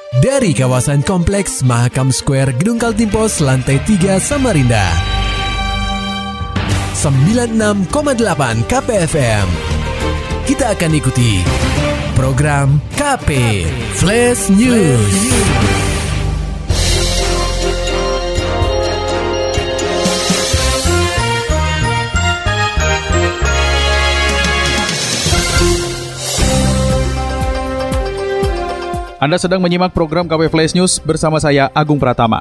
Dari kawasan Kompleks Mahakam Square Gedung Kaltim Pos Lantai 3 Samarinda 96,8 KPFM. Kita akan ikuti program KP Flash News. Anda sedang menyimak program KP Flash News bersama saya, Agung Pratama.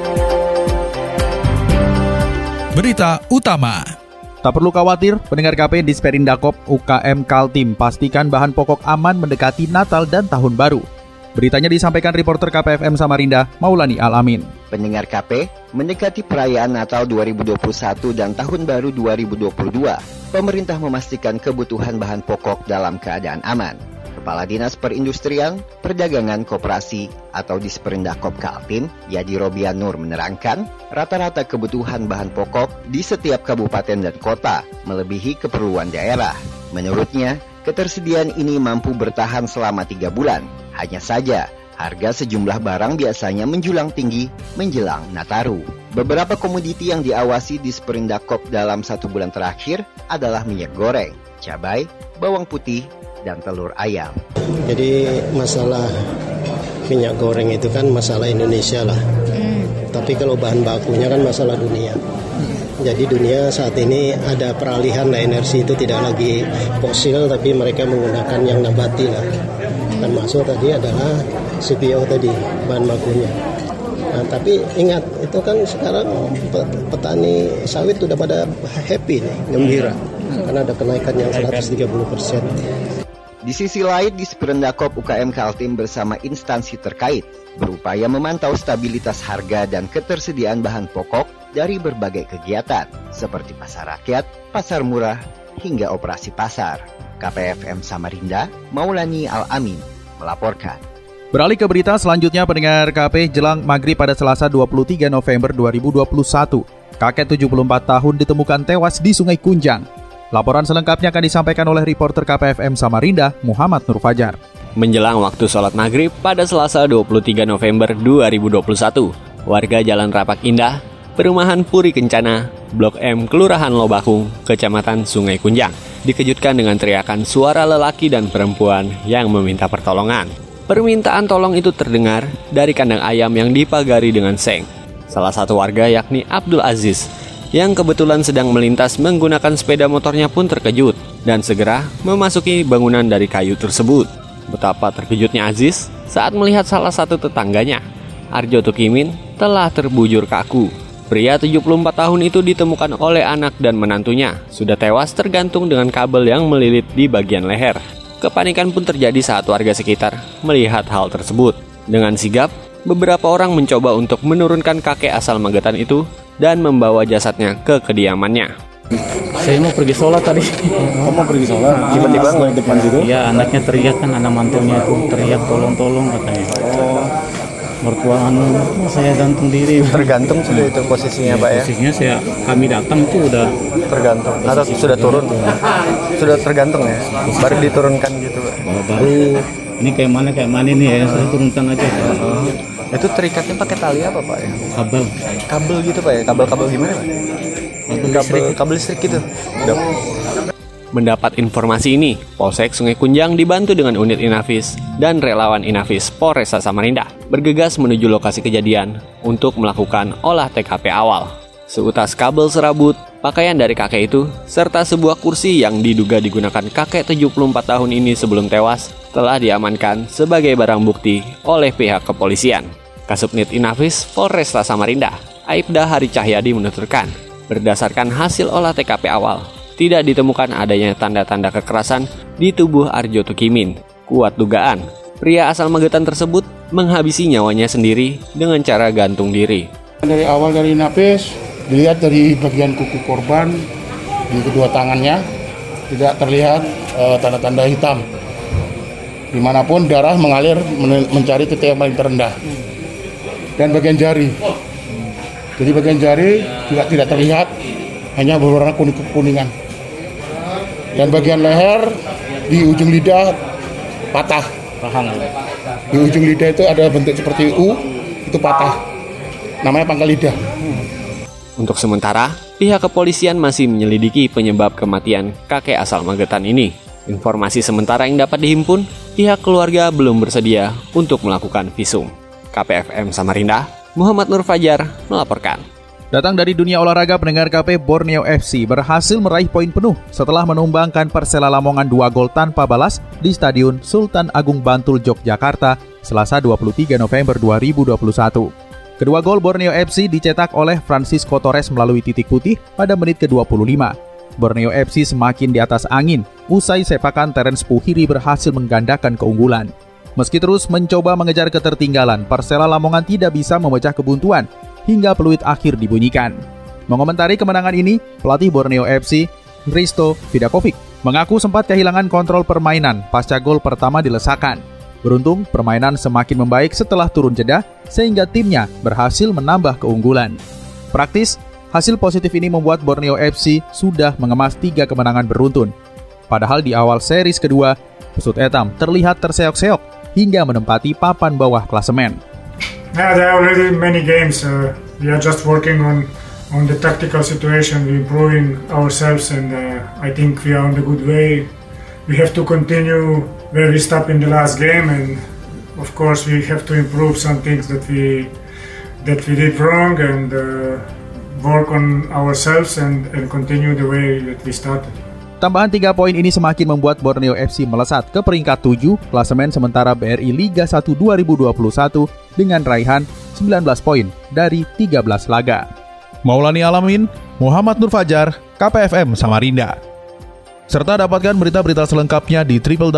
Berita utama. Tak perlu khawatir, pendengar KP di Disperindakop UKM Kaltim pastikan bahan pokok aman mendekati Natal dan Tahun Baru. Beritanya disampaikan reporter KPFM Samarinda, Maulani Al-Amin. Pendengar KP, mendekati perayaan Natal 2021 dan Tahun Baru 2022, pemerintah memastikan kebutuhan bahan pokok dalam keadaan aman. Kepala Dinas Perindustrian, Perdagangan Koperasi atau Disperindakop Kaltim, Yadi Robian Nur menerangkan, rata-rata kebutuhan bahan pokok di setiap kabupaten dan kota melebihi keperluan daerah. Menurutnya, ketersediaan ini mampu bertahan selama 3 bulan. Hanya saja, harga sejumlah barang biasanya menjulang tinggi menjelang Nataru. Beberapa komoditi yang diawasi Disperindakop dalam 1 bulan terakhir adalah minyak goreng, cabai, bawang putih, dan telur ayam. Jadi masalah minyak goreng itu kan masalah Indonesia lah. Tapi kalau bahan bakunya kan masalah dunia. Jadi dunia saat ini ada peralihan energi itu tidak lagi fosil tapi mereka menggunakan yang nabati lah. Termasuk tadi adalah CPO tadi bahan bakunya. Nah, tapi ingat itu kan sekarang petani sawit sudah pada happy nih, gembira. Karena ada kenaikan yang 130%. Di sisi lain, Disperindakop UKM Kaltim bersama instansi terkait berupaya memantau stabilitas harga dan ketersediaan bahan pokok dari berbagai kegiatan seperti pasar rakyat, pasar murah, hingga operasi pasar. KPFM Samarinda, Maulani Al-Amin melaporkan. Beralih ke berita selanjutnya, pendengar KP, jelang maghrib pada Selasa 23 November 2021, kakek 74 tahun ditemukan tewas di Sungai Kunjang. Laporan selengkapnya akan disampaikan oleh reporter KPFM Samarinda, Muhammad Nur Fajar. Menjelang waktu sholat maghrib pada Selasa 23 November 2021, warga Jalan Rapak Indah, Perumahan Puri Kencana, Blok M, Kelurahan Lobakung, Kecamatan Sungai Kunjang, dikejutkan dengan teriakan suara lelaki dan perempuan yang meminta pertolongan. Permintaan tolong itu terdengar dari kandang ayam yang dipagari dengan seng. Salah satu warga yakni Abdul Aziz, yang kebetulan sedang melintas menggunakan sepeda motornya pun terkejut dan segera memasuki bangunan dari kayu tersebut. Betapa terkejutnya Aziz saat melihat salah satu tetangganya, Arjo Tukimin, telah terbujur kaku. Pria 74 tahun itu ditemukan oleh anak dan menantunya, sudah tewas tergantung dengan kabel yang melilit di bagian leher. Kepanikan pun terjadi saat warga sekitar melihat hal tersebut. Dengan sigap, beberapa orang mencoba untuk menurunkan kakek asal Magetan itu dan membawa jasadnya ke kediamannya. Saya mau pergi sholat tadi. Mau pergi sholat? Tiba-tiba di depan situ? Iya, anaknya teriak kan, anak mantunya itu teriak tolong-tolong katanya. Mertua saya gantung diri. Tergantung sudah itu posisinya, Pak ya? Posisinya kami datang itu udah tergantung. Atau sudah turun? Sudah tergantung ya? Baru diturunkan gitu, Pak? Baru ini kayak mana nih ya, saya turunkan aja. Itu terikatnya pakai tali apa, Pak ya? Kabel gitu, Pak ya? Kabel gimana, Pak? Kabel listrik gitu. Mendapat informasi ini, Polsek Sungai Kunjang dibantu dengan unit Inafis dan relawan Inafis Polresta Samarinda bergegas menuju lokasi kejadian untuk melakukan olah TKP awal. Seutas kabel serabut, pakaian dari kakek itu, serta sebuah kursi yang diduga digunakan kakek 74 tahun ini sebelum tewas, telah diamankan sebagai barang bukti oleh pihak kepolisian. Kasubnit Inafis Polresta Samarinda, Aibda Hari Cahyadi menuturkan, berdasarkan hasil olah TKP awal, tidak ditemukan adanya tanda-tanda kekerasan di tubuh Arjo Tukimin. Kuat dugaan, pria asal Magetan tersebut menghabisi nyawanya sendiri dengan cara gantung diri. Dari awal dari Inafis, dilihat dari bagian kuku korban di kedua tangannya tidak terlihat tanda-tanda hitam. Dimanapun darah mengalir mencari titik yang paling terendah. Dan bagian jari. Jadi bagian jari juga tidak terlihat, hanya berwarna kuning-kuningan. Dan bagian leher di ujung lidah patah. Di ujung lidah itu ada bentuk seperti U, itu patah. Namanya pangkal lidah. Untuk sementara, pihak kepolisian masih menyelidiki penyebab kematian kakek asal Magetan ini. Informasi sementara yang dapat dihimpun, pihak keluarga belum bersedia untuk melakukan visum. KPFM Samarinda, Muhammad Nur Fajar melaporkan. Datang dari dunia olahraga, pendengar KP, Borneo FC berhasil meraih poin penuh setelah menumbangkan Persela Lamongan 2 gol tanpa balas di Stadion Sultan Agung Bantul, Yogyakarta, Selasa 23 November 2021. Kedua gol Borneo FC dicetak oleh Francisco Torres melalui titik putih pada menit ke-25. Borneo FC semakin di atas angin, usai sepakan Terence Puhiri berhasil menggandakan keunggulan. Meski terus mencoba mengejar ketertinggalan, Persela Lamongan tidak bisa memecah kebuntuan hingga peluit akhir dibunyikan. Mengomentari kemenangan ini, pelatih Borneo FC, Hristo Vidakovic, mengaku sempat kehilangan kontrol permainan pasca gol pertama dilesakan. Beruntung, permainan semakin membaik setelah turun jeda, sehingga timnya berhasil menambah keunggulan. Praktis, hasil positif ini membuat Borneo FC sudah mengemas 3 kemenangan beruntun. Padahal di awal series kedua, Pesut Etam terlihat terseok-seok hingga menempati papan bawah klasemen. Yeah, there are already many games. We are just working on the tactical situation. We're improving ourselves, and I think we are on the good way. We have to continue where we stopped in the last game, and of course we have to improve some things that we did wrong, and work on ourselves and continue the way that we started. Tambahan 3 poin ini semakin membuat Borneo FC melesat ke peringkat 7 klasemen sementara BRI Liga 1 2021 dengan raihan 19 poin dari 13 laga. Maulani Alamin, Muhammad Nur Fajar, KPFM Samarinda. Serta dapatkan berita-berita selengkapnya di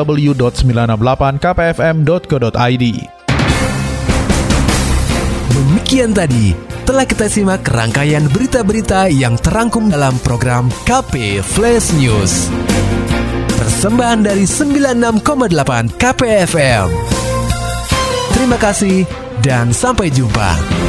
www.968kpfm.co.id. Demikian tadi telah kita simak rangkaian berita-berita yang terangkum dalam program KP Flash News. Persembahan dari 96,8 KPFM. Terima kasih dan sampai jumpa.